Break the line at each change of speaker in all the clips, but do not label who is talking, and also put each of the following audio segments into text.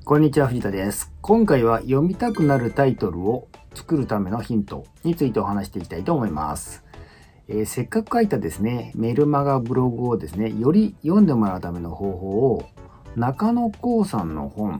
こんにちは、藤田です。今回は読みたくなるタイトルを作るためのヒントについてお話していきたいと思います。せっかく書いたですね、メルマガブログをですね、より読んでもらうための方法を中野浩さんの本、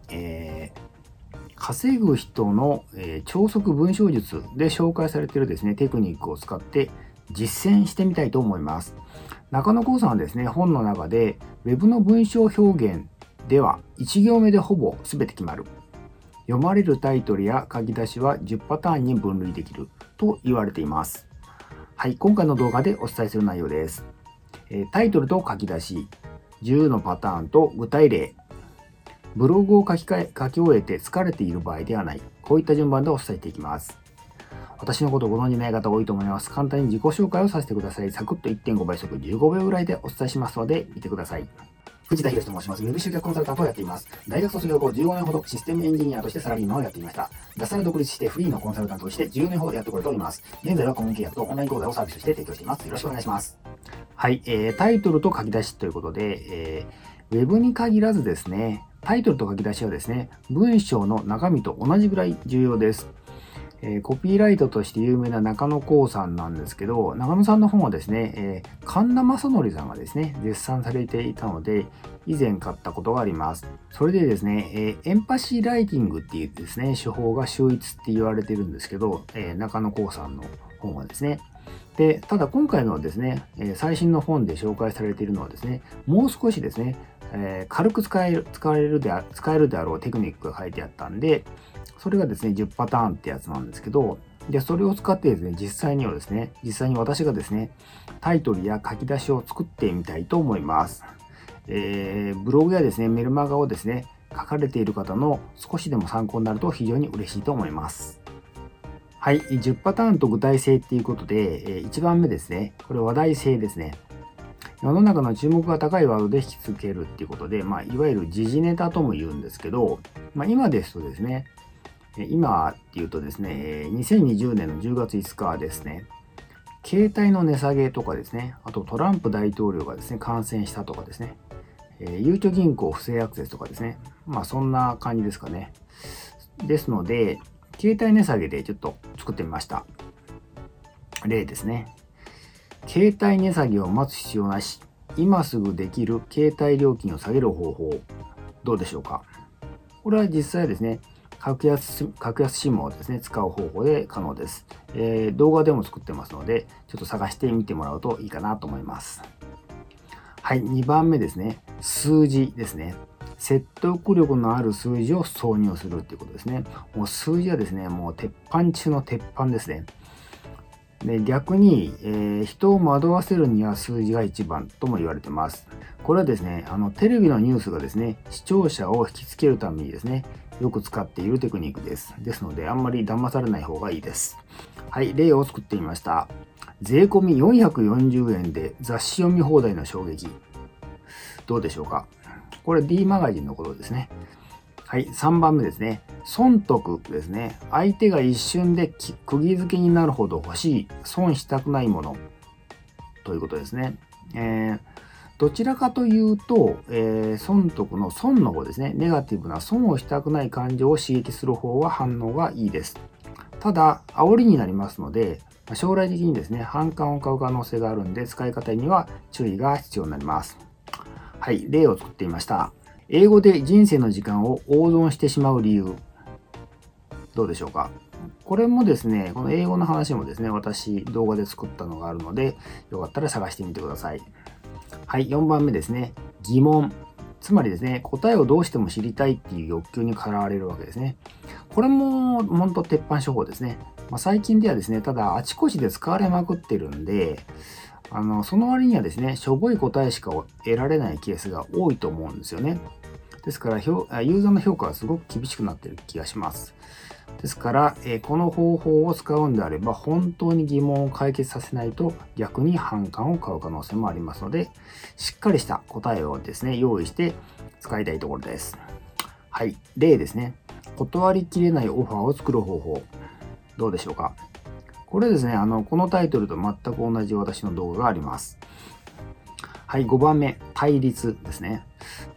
稼ぐ人の、超速文章術で紹介されているですね、テクニックを使って実践してみたいと思います。中野浩さんはですね、本の中で Web の文章表現では1行目でほぼ全て決まる。読まれるタイトルや書き出しは10パターンに分類できると言われています。はい、今回の動画でお伝えする内容です。タイトルと書き出し、10のパターンと具体例、ブログを書き終えて疲れている場合ではない。こういった順番でお伝えしていきます。私のことをご存じない方多いと思います。簡単に自己紹介をさせてください。サクッと 1.5 倍速15秒ぐらいでお伝えしますので見てください。藤田博と申します。ウェブ集客コンサルタントをやっています。大学卒業後15年ほどシステムエンジニアとしてサラリーマンをやっていました。脱サラ独立してフリーのコンサルタントとして10年ほどやってこれております。現在はコミュニ契約とオンライン講座をサービスして提供しています。よろしくお願いします。はい、タイトルと書き出しということで、ウェブに限らずですね、タイトルと書き出しはですね、文章の中身と同じぐらい重要です。コピーライトとして有名な中野浩さんなんですけど、中野さんの本はですね、神田正則さんがですね、絶賛されていたので、以前買ったことがあります。それでですね、エンパシーライティングっていうですね、手法が秀逸って言われてるんですけど、中野浩さんの本はですね。で、ただ今回のですね、最新の本で紹介されているのはですね、もう少しですね、軽く使えるであろうテクニックが書いてあったんで、それがですね、10パターンってやつなんですけど、で、それを使ってですね、実際に私がですね、タイトルや書き出しを作ってみたいと思います。ブログやですね、メルマガをですね、書かれている方の少しでも参考になると非常に嬉しいと思います。はい、10パターンと具体性っていうことで、1番目ですね、これ話題性ですね。世の中の注目が高いワードで引きつけるっていうことで、いわゆる時事ネタとも言うんですけど、今ですとですね、今っていうとですね、2020年の10月5日ですね、携帯の値下げとかですね、あとトランプ大統領がですね、感染したとかですね、ゆうちょ銀行不正アクセスとかですね、そんな感じですかね。ですので、携帯値下げでちょっと作ってみました。例ですね。携帯値下げを待つ必要なし、今すぐできる携帯料金を下げる方法、どうでしょうか。これは実際ですね、格安 SIM をですね、使う方法で可能です。動画でも作ってますので、ちょっと探してみてもらうといいかなと思います。はい、2番目ですね。数字ですね。説得力のある数字を挿入するっていうことですね。もう数字はですね、もう鉄板中の鉄板ですね。で逆に、人を惑わせるには数字が一番とも言われてます。これはですね、テレビのニュースがですね、視聴者を引きつけるためにですね、よく使っているテクニックです。ですので、あんまり騙されない方がいいです。はい、例を作ってみました。税込み440円で雑誌読み放題の衝撃。どうでしょうか。これ D マガジンのことですね。はい、3番目ですね。損得ですね。相手が一瞬で釘付けになるほど欲しい、損したくないものということですね。どちらかというと、損得の損の方ですね。ネガティブな損をしたくない感情を刺激する方は反応がいいです。ただ、煽りになりますので、将来的にですね、反感を買う可能性があるんで、使い方には注意が必要になります。はい、例を作ってみました。英語で人生の時間を大損してしまう理由。どうでしょうか。これもですね、この英語の話もですね、私動画で作ったのがあるので、よかったら探してみてください。はい、4番目ですね。疑問。つまりですね、答えをどうしても知りたいっていう欲求に駆られるわけですね。これも本当鉄板処方ですね。最近ではですね、ただあちこちで使われまくってるんで、その割にはですね、しょぼい答えしか得られないケースが多いと思うんですよね。ですから、ユーザーの評価がすごく厳しくなっている気がします。ですから、この方法を使うんであれば、本当に疑問を解決させないと逆に反感を買う可能性もありますので、しっかりした答えをですね、用意して使いたいところです。はい、例ですね。断りきれないオファーを作る方法。どうでしょうか。これですね、このタイトルと全く同じ私の動画があります。はい、5番目、対立ですね。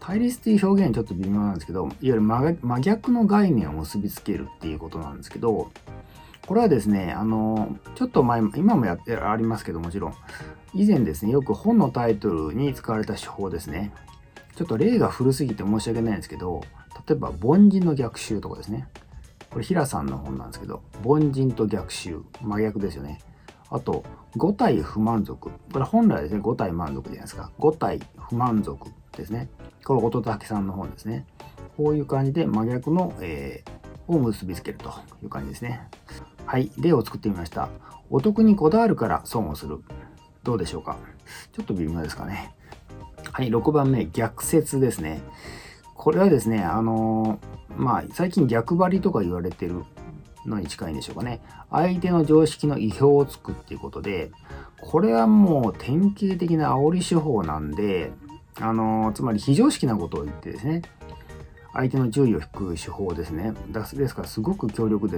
対立っていう表現はちょっと微妙なんですけど、いわゆる真逆の概念を結びつけるっていうことなんですけど、これはですね、ちょっと前、今もありますけどもちろん、以前ですね、よく本のタイトルに使われた手法ですね。ちょっと例が古すぎて申し訳ないんですけど、例えば、凡人の逆襲とかですね。これ、平さんの本なんですけど、凡人と逆襲、真逆ですよね。あと、五体不満足。これ本来ですね、五体満足じゃないですか。五体不満足ですね。これ、乙武さんの本ですね。こういう感じで真逆の、を結びつけるという感じですね。はい、例を作ってみました。お得にこだわるから損をする。どうでしょうか。ちょっと微妙ですかね。はい、6番目、逆説ですね。これはですね、最近逆張りとか言われてるのに近いんでしょうかね。相手の常識の意表をつくっていうことで、これはもう典型的な煽り手法なんで、つまり非常識なことを言ってですね、相手の注意を引く手法ですね。ですからすごく強力です。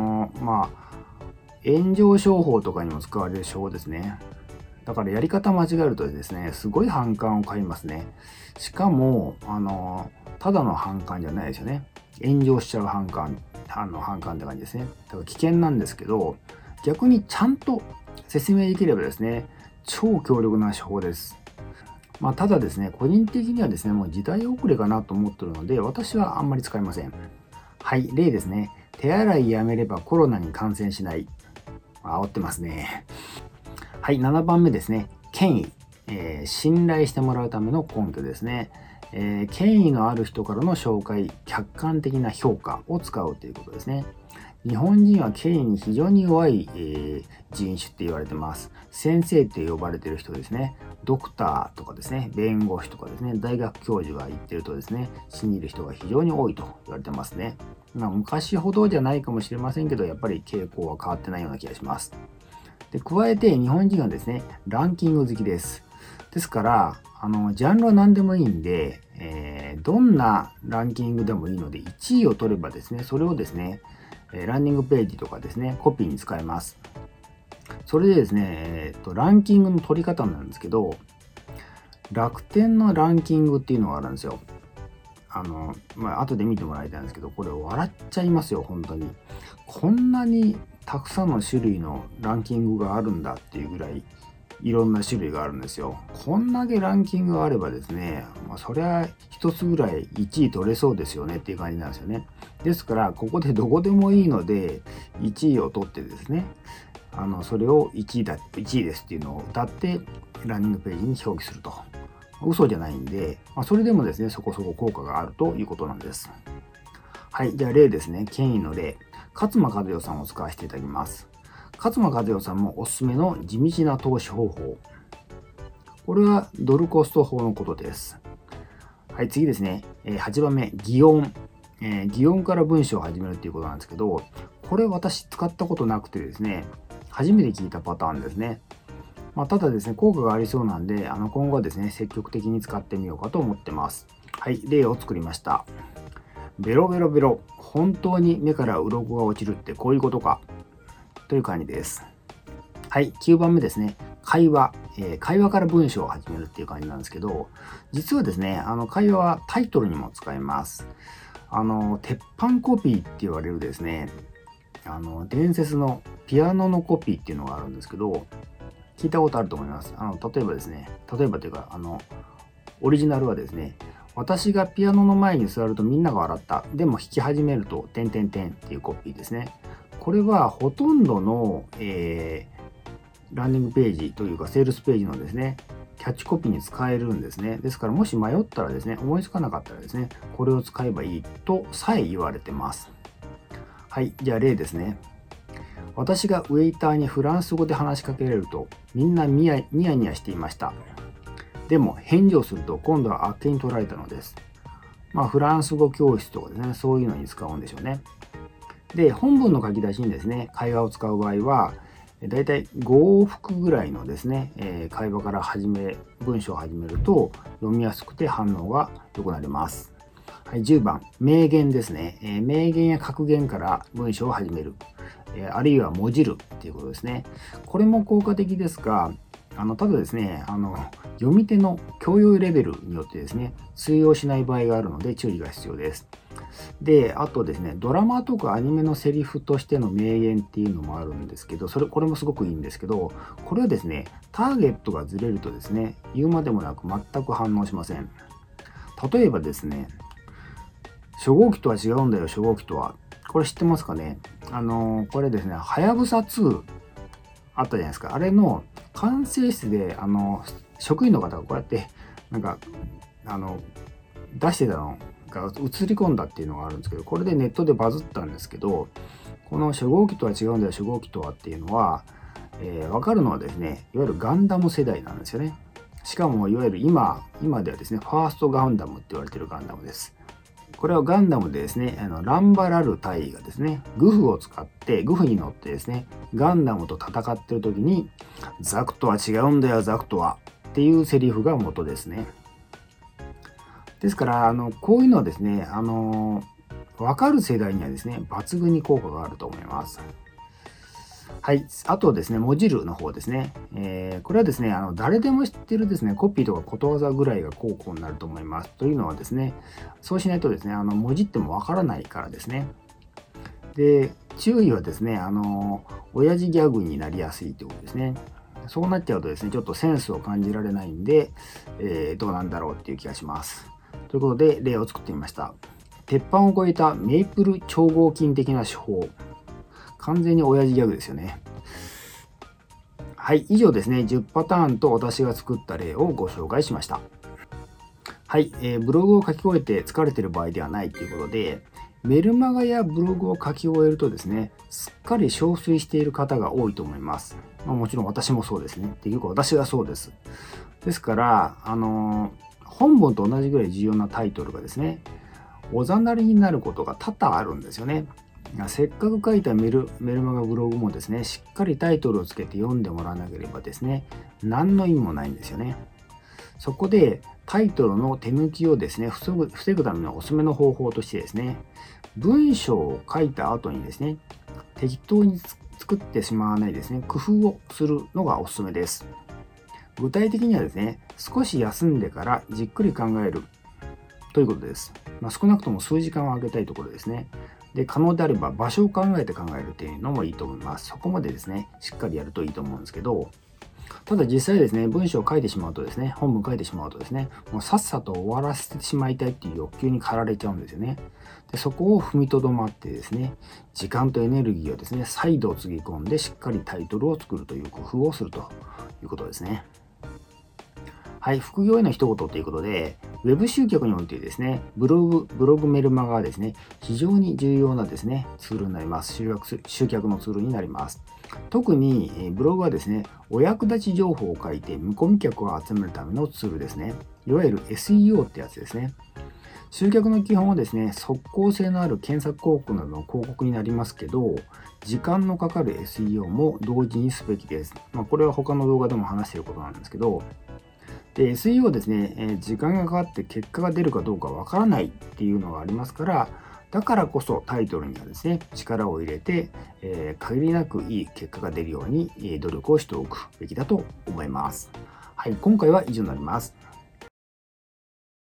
炎上商法とかにも使われる手法ですね。だからやり方間違えるとですね、すごい反感を買いますね。しかも、ただの反感じゃないですよね。炎上しちゃう反感って感じですね。だから危険なんですけど、逆にちゃんと説明できればですね、超強力な手法です。ただですね、個人的にはですね、もう時代遅れかなと思ってるので、私はあんまり使いません。はい、例ですね。手洗いやめればコロナに感染しない。煽ってますね。はい、7番目ですね。権威。信頼してもらうための根拠ですね。権威のある人からの紹介、客観的な評価を使うということですね。日本人は権威に非常に弱い、人種って言われてます。先生って呼ばれてる人ですね。ドクターとかですね、弁護士とかですね、大学教授が言ってるとですね、信じる人が非常に多いと言われてますね。昔ほどじゃないかもしれませんけど、やっぱり傾向は変わってないような気がします。で、加えて日本人はですね、ランキング好きです。ですから、ジャンルは何でもいいんで、どんなランキングでもいいので、1位を取ればですね、それをですね、ランニングページとかですね、コピーに使えます。それでですね、ランキングの取り方なんですけど、楽天のランキングっていうのがあるんですよ。後で見てもらいたいんですけど、これ笑っちゃいますよ、本当に。こんなにたくさんの種類のランキングがあるんだっていうぐらい、いろんな種類があるんですよ。こんだけランキングがあればですね、そりゃ一つぐらい1位取れそうですよねっていう感じなんですよね。ですから、ここでどこでもいいので、1位を取ってですね、それを1位ですっていうのを歌って、ランニングページに表記すると。嘘じゃないんで、それでもですね、そこそこ効果があるということなんです。はい、じゃあ例ですね、権威の例。勝間和代さんを使わせていただきます。勝間和代さんもおすすめの地道な投資方法。これはドルコスト法のことです。はい、次ですね。8番目、擬音。擬音から文章を始めるっていうことなんですけど、これ私使ったことなくてですね、初めて聞いたパターンですね。ただですね、効果がありそうなんで、今後はですね、積極的に使ってみようかと思ってます。はい、例を作りました。ベロベロベロ。本当に目から鱗が落ちるってこういうことか。という感じです。はい、9番目ですね。会話。会話から文章を始めるっていう感じなんですけど、実はですね、会話はタイトルにも使えます。鉄板コピーって言われるですね、伝説のピアノのコピーっていうのがあるんですけど、聞いたことあると思います。例えばというか、オリジナルはですね、私がピアノの前に座るとみんなが笑った。でも弾き始めると、点々点っていうコピーですね。これはほとんどの、ランニングページというかセールスページのですね、キャッチコピーに使えるんですね。ですからもし迷ったらですね、思いつかなかったらですね、これを使えばいいとさえ言われてます。はい、じゃあ例ですね。私がウェイターにフランス語で話しかけられると、みんなニヤニヤしていました。でも返事をすると今度はあっけに取られたのです。フランス語教室とかですね、そういうのに使うんでしょうね。で、本文の書き出しにですね、会話を使う場合は、だいたい5往復ぐらいのですね、会話から文章を始めると読みやすくて反応が良くなります。はい、10番、名言ですね。名言や格言から文章を始める。あるいはもじるっていうことですね。これも効果的ですが、 ただですね、読み手の共有レベルによってですね、通用しない場合があるので注意が必要です。で、あとですね、ドラマとかアニメのセリフとしての名言っていうのもあるんですけど、これもすごくいいんですけど、これはですね、ターゲットがずれるとですね、言うまでもなく全く反応しません。例えばですね、初号機とは違うんだよ、初号機とは。これ知ってますかね？これですね、はやぶさ2あったじゃないですか。あれの管制室で、職員の方がこうやって、なんか、出してたのが映り込んだっていうのがあるんですけど、これでネットでバズったんですけど、この初号機とは違うんだよ、初号機とはっていうのは、わかるのはですね、いわゆるガンダム世代なんですよね。しかも、いわゆる今ではですね、ファーストガンダムって言われてるガンダムです。これはガンダムでですね、ランバラル大尉がですね、グフを使って、グフに乗ってですね、ガンダムと戦ってる時に、ザクとは違うんだよ、ザクとは。っていうセリフが元ですね。ですから、こういうのはですね、わかる世代にはですね、抜群に効果があると思います。はい。あとですね、文字るの方ですね。これはですね、誰でも知ってるですね、コピーとかことわざぐらいが効果になると思います。というのはですね、そうしないとですね、文字ってもわからないからですね。で、注意はですね、親父ギャグになりやすいということですね。そうなっちゃうとですね、ちょっとセンスを感じられないんで、どうなんだろうっていう気がします。ということで、例を作ってみました。鉄板を超えたメイプル超合金的な手法。完全に親父ギャグですよね。はい、以上ですね、10パターンと私が作った例をご紹介しました。はい、ブログを書き終えて疲れてる場合ではないということで、メルマガやブログを書き終えるとですね、すっかり憔悴している方が多いと思います。もちろん私もそうですね。っていうか私がそうです。ですから、本文と同じぐらい重要なタイトルがですね、おざなりになることが多々あるんですよね。せっかく書いたメルマガブログもですね、しっかりタイトルをつけて読んでもらわなければですね、何の意味もないんですよね。そこでタイトルの手抜きをですね、防ぐためのおすすめの方法としてですね、文章を書いた後にですね、適当に作ってしまわないですね、工夫をするのがおすすめです。具体的にはですね、少し休んでからじっくり考えるということです。少なくとも数時間を空けたいところですね。で、可能であれば場所を考えて考えるっていうのもいいと思います。そこまでですね、しっかりやるといいと思うんですけど、ただ実際ですね、文章を書いてしまうとですね、本文書いてしまうとですね、もうさっさと終わらせてしまいたいっていう欲求に駆られちゃうんですよね。で、そこを踏みとどまってですね、時間とエネルギーをですね、再度つぎ込んでしっかりタイトルを作るという工夫をするということですね。はい、副業への一言ということで、ウェブ集客においてですね、ブログメルマガはですね、非常に重要なですね、ツールになります。集客のツールになります。特にブログはですね、お役立ち情報を書いて見込み客を集めるためのツールですね。いわゆる SEO ってやつですね。集客の基本はですね、即効性のある検索広告などの広告になりますけど、時間のかかる SEO も同時にすべきです。これは他の動画でも話していることなんですけど、で、SEO はですね、時間がかかって結果が出るかどうかわからないっていうのがありますから、だからこそタイトルにはですね、力を入れて、限りなくいい結果が出るように、努力をしておくべきだと思います。はい、今回は以上になります。